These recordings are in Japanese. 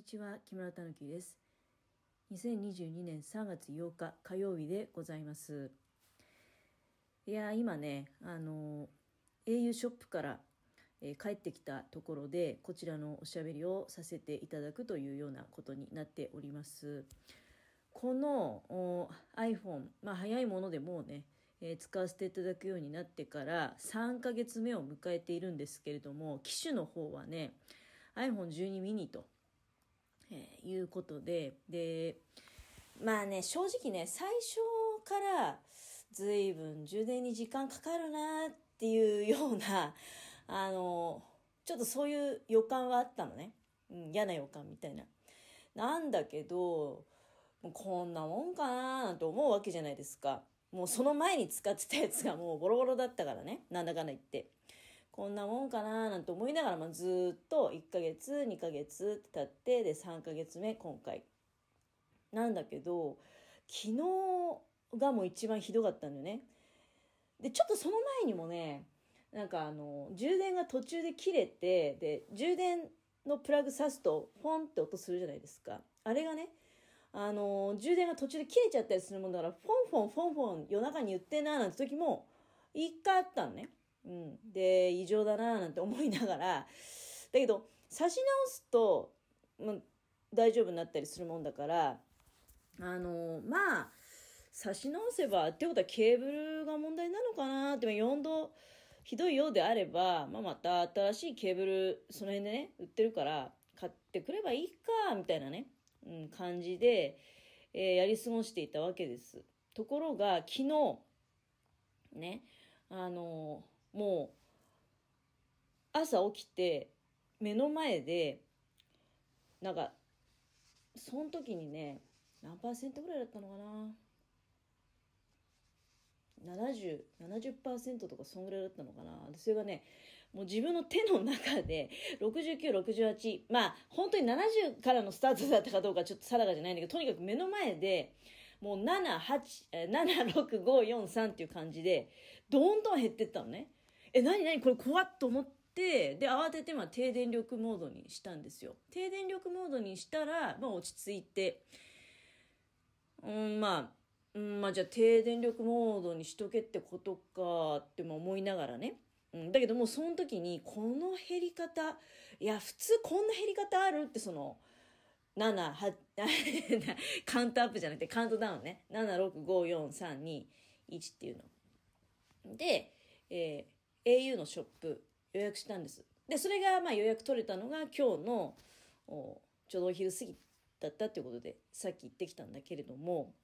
にちは、木村たぬきです。2022年3月8日火曜日でございます。今ね、au ショップから、帰ってきたところで、こちらのおしゃべりをさせていただくというようなことになっております。このiPhone、早いものでもうね、使わせていただくようになってから3ヶ月目を迎えているんですけれども、機種の方はね、iPhone12 mini と、いうことで、正直ね、最初からずいぶん充電に時間かかるなっていうような、ちょっとそういう予感はあったのね。嫌な予感みたいな。なんだけど、もうこんなもんかななんて思うわけじゃないですか。もうその前に使ってたやつがもうボロボロだったからね。なんだかんだ言って。こんなもんかななんて思いながら、ずっと1ヶ月、2ヶ月って経って、で、3ヶ月目、今回。なんだけど、昨日がもう一番ひどかったんだよね。で、ちょっとその前にもね、充電が途中で切れて、で、充電のプラグ挿すと、フォンって音するじゃないですか。あれがね、充電が途中で切れちゃったりするもんだから、フォンフォン夜中に言ってんなーなんて時も、一回あったのね。で、異常だなーなんて思いながら、だけど、差し直すと、大丈夫になったりするもんだから、差し直せば、ってことはケーブルが問題なのかなって、4度ひどいようであれば、また新しいケーブル、その辺でね、売ってるから、買ってくればいいか、みたいなね、感じで、やり過ごしていたわけです。ところが、昨日、ね、もう、朝起きて、目の前で、その時にね、何パーセントぐらいだったのかな、70% とかそんぐらいだったのかな。それがね、もう自分の手の中で69、68、本当に70からのスタートだったかどうかちょっと定かじゃないんだけど、とにかく目の前でもう7、8、7、6、5、4、3っていう感じでどんどん減ってったのね。何これ怖っと思って、で慌てて低電力モードにしたんですよ。低電力モードにしたら、落ち着いて、じゃあ低電力モードにしとけってことかって思いながらね。だけどもうその時にこの減り方、普通こんな減り方あるって、その7、8カウントアップじゃなくてカウントダウンね。7、6、5、4、3、2、1っていうの。で、au のショップ予約したんです。で、それが予約取れたのが今日のちょうどお昼過ぎだったっていうことで、さっき行ってきたんだけれども、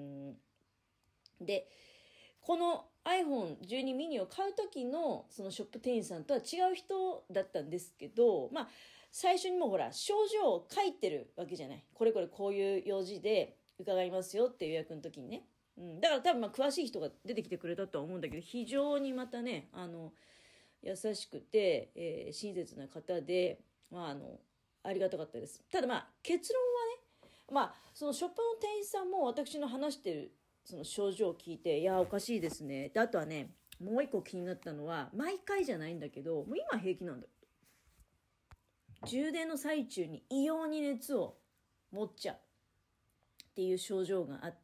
で、この iPhone12 mini を買う時のそのショップ店員さんとは違う人だったんですけど、最初にもうほら症状を書いてるわけじゃない。これこういう用事で伺いますよっていう予約の時にね。だから多分詳しい人が出てきてくれたとは思うんだけど、非常にまたね、優しくて、親切な方で、ありがたかったです。ただ結論はね、そのショップの店員さんも私の話してるその症状を聞いて、おかしいですね。で、あとはね、もう一個気になったのは、毎回じゃないんだけど、もう今平気なんだ。充電の最中に異様に熱を持っちゃうっていう症状があって、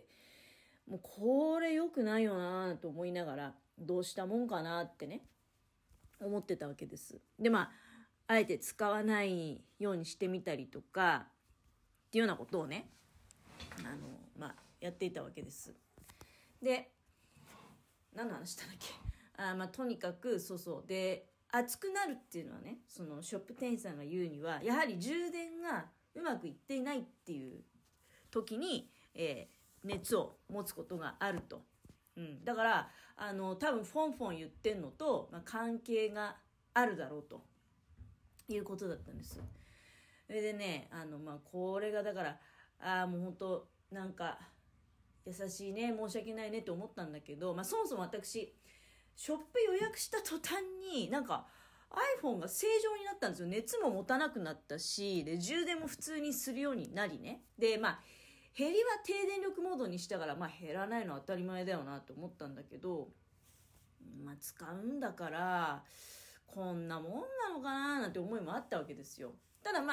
もうこれ良くないよなと思いながら、どうしたもんかなってね、思ってたわけです。で、あえて使わないようにしてみたりとか、っていうようなことをね、やっていたわけです。で、何の話したんだっけ。とにかくで、熱くなるっていうのはね、そのショップ店員さんが言うには、やはり充電がうまくいっていないっていう時に、熱を持つことがあると。だから多分フォンフォン言ってんのと、関係があるだろうということだったんです。それでね、これがだからもう本当優しいね、申し訳ないねって思ったんだけど、そもそも私ショップ予約した途端にiPhone が正常になったんですよ。熱も持たなくなったし、で充電も普通にするようになりね。で減りは低電力モードにしたから減らないのは当たり前だよなと思ったんだけど、使うんだからこんなもんなのかななんて思いもあったわけですよ。ただ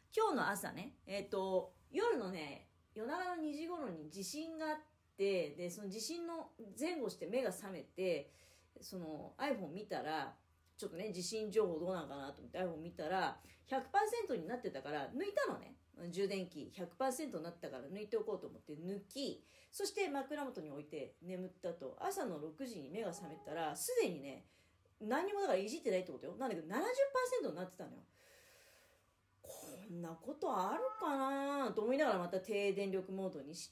今日の朝ね、夜のね、夜中の2時頃に地震があって、で、その地震の前後して目が覚めて、その iPhone 見たら、ちょっとね、地震情報どうなんかなと思って iPhone 見たら、100% になってたから抜いたのね。充電器100% になったから抜いておこうと思って抜き、そして枕元に置いて眠ったと、朝の6時に目が覚めたら、すでにね、何にもだからいじってないってことよ。なんだけど 70% になってたのよ。こんなことあるかなと思いながらまた低電力モードにして、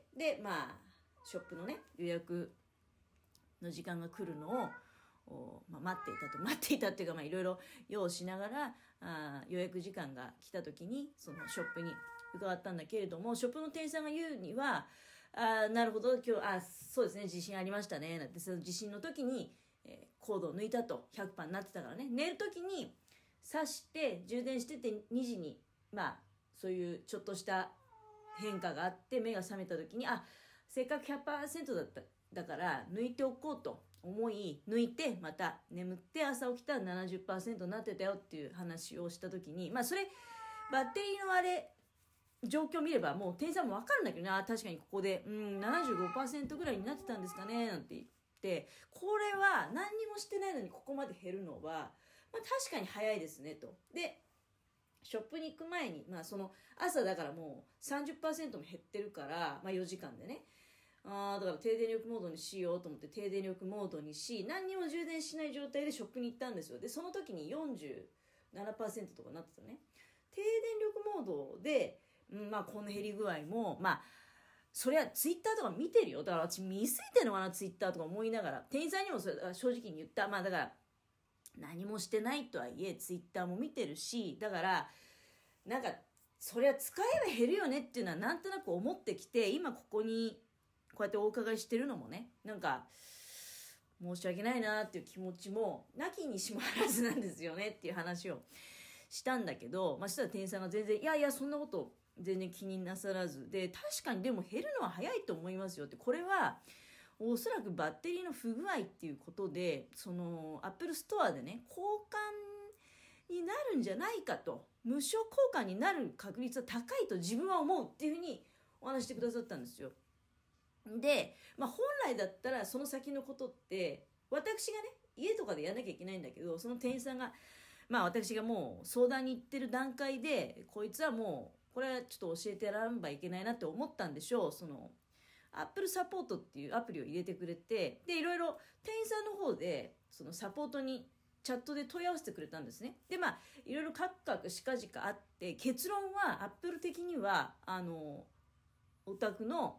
で、まあ、ショップのね、予約の時間が来るのを待っていたっていうか、まあいろいろ用意しながら予約時間が来た時にそのショップに伺ったんだけれども、ショップの店員さんが言うには、なるほど、今日そうですね、地震ありましたねなんて、その地震の時に、コードを抜いたと 100% になってたからね、寝る時に挿して充電してて2時にまあそういうちょっとした変化があって目が覚めた時に、せっかく 100% だから抜いておこうと思い抜いて、また眠って朝起きたら 70% になってたよっていう話をした時に、まあそれバッテリーの状況見ればもう店員さんも分かるんだけどね、確かにここで75% ぐらいになってたんですかねなんて言って、これは何にもしてないのにここまで減るのは、まあ、確かに早いですねと。でショップに行く前に、まあ、その朝だからもう 30% も減ってるから、まあ、4時間でね、だから低電力モードにしようと思って低電力モードにし、何にも充電しない状態でショップに行ったんですよ。でその時に 47% とかなってたね。低電力モードで、まあこの減り具合もまあそりゃツイッターとか見てるよ。だから私見すぎてるのかなツイッターとか思いながら、店員さんにもそれ正直に言った。まあだから何もしてないとはいえツイッターも見てるし、だからなんかそりゃ使えば減るよねっていうのはなんとなく思ってきて、今ここにこうやってお伺いしてるのもね、なんか申し訳ないなっていう気持ちもなきにしもあらずなんですよねっていう話をしたんだけど、まあしたら店員さんが全然いやそんなこと全然気になさらずで、確かにでも減るのは早いと思いますよって、これはおそらくバッテリーの不具合っていうことで、そのアップルストアでね交換になるんじゃないかと、無償交換になる確率は高いと自分は思うっていうふうにお話してくださったんですよ。で、まあ、本来だったらその先のことって私がね家とかでやんなきゃいけないんだけど、その店員さんがまあ私がもう相談に行ってる段階で、こいつはもうこれはちょっと教えてやらんばいけないなって思ったんでしょう。そのアップルサポートっていうアプリを入れてくれて、でいろいろ店員さんの方でそのサポートにチャットで問い合わせてくれたんですね。でまあいろいろカクカクしかじかあって、結論はアップル的にはお宅の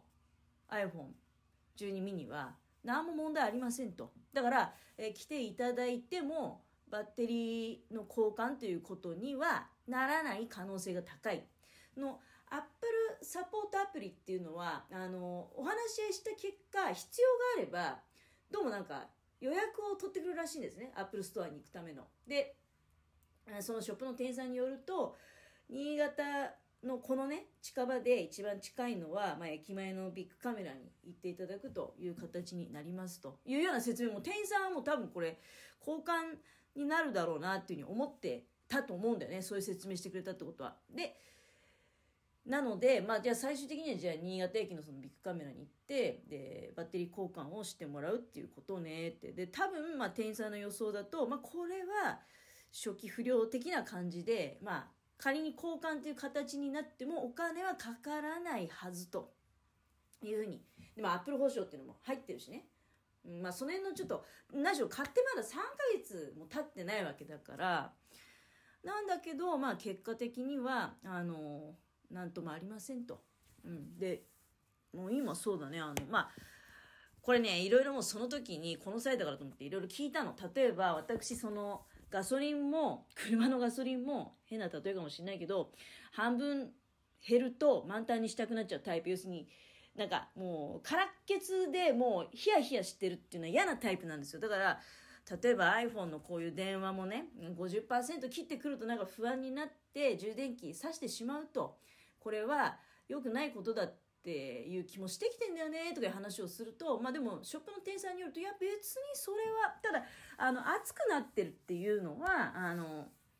iPhone12 mini は何も問題ありませんと。だから、来ていただいてもバッテリーの交換ということにはならない可能性が高いの。アップルサポートアプリっていうのはお話し合いした結果、必要があればどうもなんか予約を取ってくるらしいんですね、アップルストアに行くための。でそのショップの店員さんによると、新潟のこのね近場で一番近いのは、まあ、駅前のビッグカメラに行っていただくという形になりますというような説明も、店員さんはもう多分これ交換になるだろうなっていうふうに思ってたと思うんだよね、そういう説明してくれたってことは。でなので、まあ、じゃあ最終的にはじゃあ新潟駅のそのビッグカメラに行ってでバッテリー交換をしてもらうっていうことねって。で多分まあ店員さんの予想だと、まあ、これは初期不良的な感じで、まあ仮に交換という形になってもお金はかからないはずというふうに。でもアップル保証っていうのも入ってるしね、まあその辺のちょっと何しろ買ってまだ3ヶ月も経ってないわけだからなんだけど、まあ結果的にはなんともありませんと。でもう今そうだね、まあこれねいろいろもうその時にこの際だからと思っていろいろ聞いたの。例えば私そのガソリンも車のガソリンも変な例えかもしれないけど、半分減ると満タンにしたくなっちゃうタイプ。要するになんかもう空っけつでもうヒヤヒヤしてるっていうのは嫌なタイプなんですよ。だから例えば iPhone のこういう電話もね 50% 切ってくるとなんか不安になって充電器挿してしまうと、これは良くないことだっていう気もしてきてんだよねとかいう話をすると、まあでもショップの店員さんによると、いや別にそれはただ熱くなってるっていうのは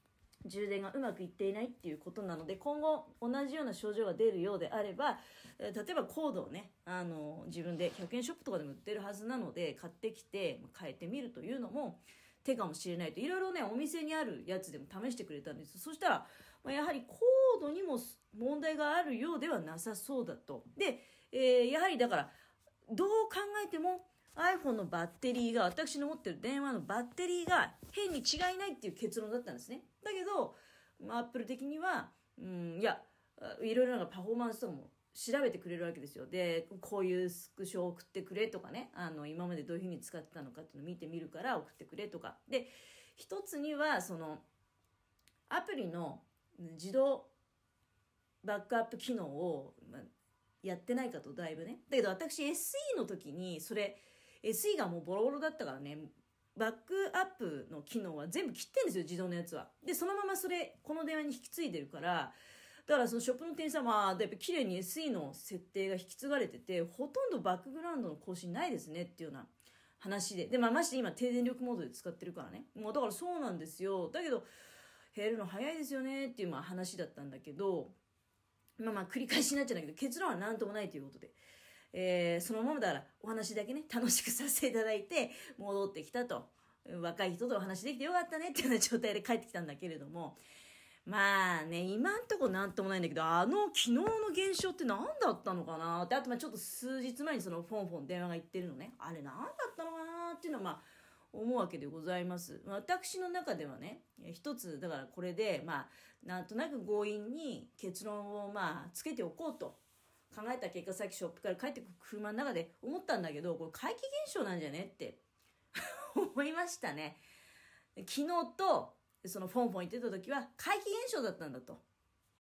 充電がうまくいっていないっていうことなので、今後同じような症状が出るようであれば、例えばコードをね、自分で100円ショップとかでも売ってるはずなので買ってきて変えてみるというのも手かもしれないと、いろいろねお店にあるやつでも試してくれたんです。そしたら、やはりコードにも問題があるようではなさそうだと。で、やはりだからどう考えても iPhone のバッテリーが、私の持ってる電話のバッテリーが変に違いないっていう結論だったんですね。だけど、Apple 的には、いや、いろいろなパフォーマンスとかも調べてくれるわけですよ。で、こういうスクショを送ってくれとかね、今までどういうふうに使ってたのかっていうのを見てみるから送ってくれとか。で、一つには、その、アプリの自動バックアップ機能を、やってないかと、だいぶね。だけど私 SE の時にそれ SE がもうボロボロだったからね、バックアップの機能は全部切ってんですよ、自動のやつは。でそのままそれこの電話に引き継いでるから、だからそのショップの店員さんはやっぱ綺麗に SE の設定が引き継がれてて、ほとんどバックグラウンドの更新ないですねっていうような話で、まして今低電力モードで使ってるからね、もうだからそうなんですよ。だけど減るの早いですよねっていう話だったんだけど、繰り返しになっちゃうんだけど、結論は何ともないということで、そのままだからお話だけね楽しくさせていただいて戻ってきたと、若い人とお話できてよかったねっていうような状態で帰ってきたんだけれども、今んとこなんともないんだけど、昨日の現象って何だったのかなって、あとちょっと数日前にそのフォンフォン電話が言ってるのね、あれ何だったのかなっていうのは思うわけでございます。私の中ではね、一つだからこれでなんとなく強引に結論をつけておこうと考えた結果、さっきショップから帰ってくる車の中で思ったんだけど、これ怪奇現象なんじゃねって思いましたね。昨日とそのフォンフォン言ってた時は怪奇現象だったんだと。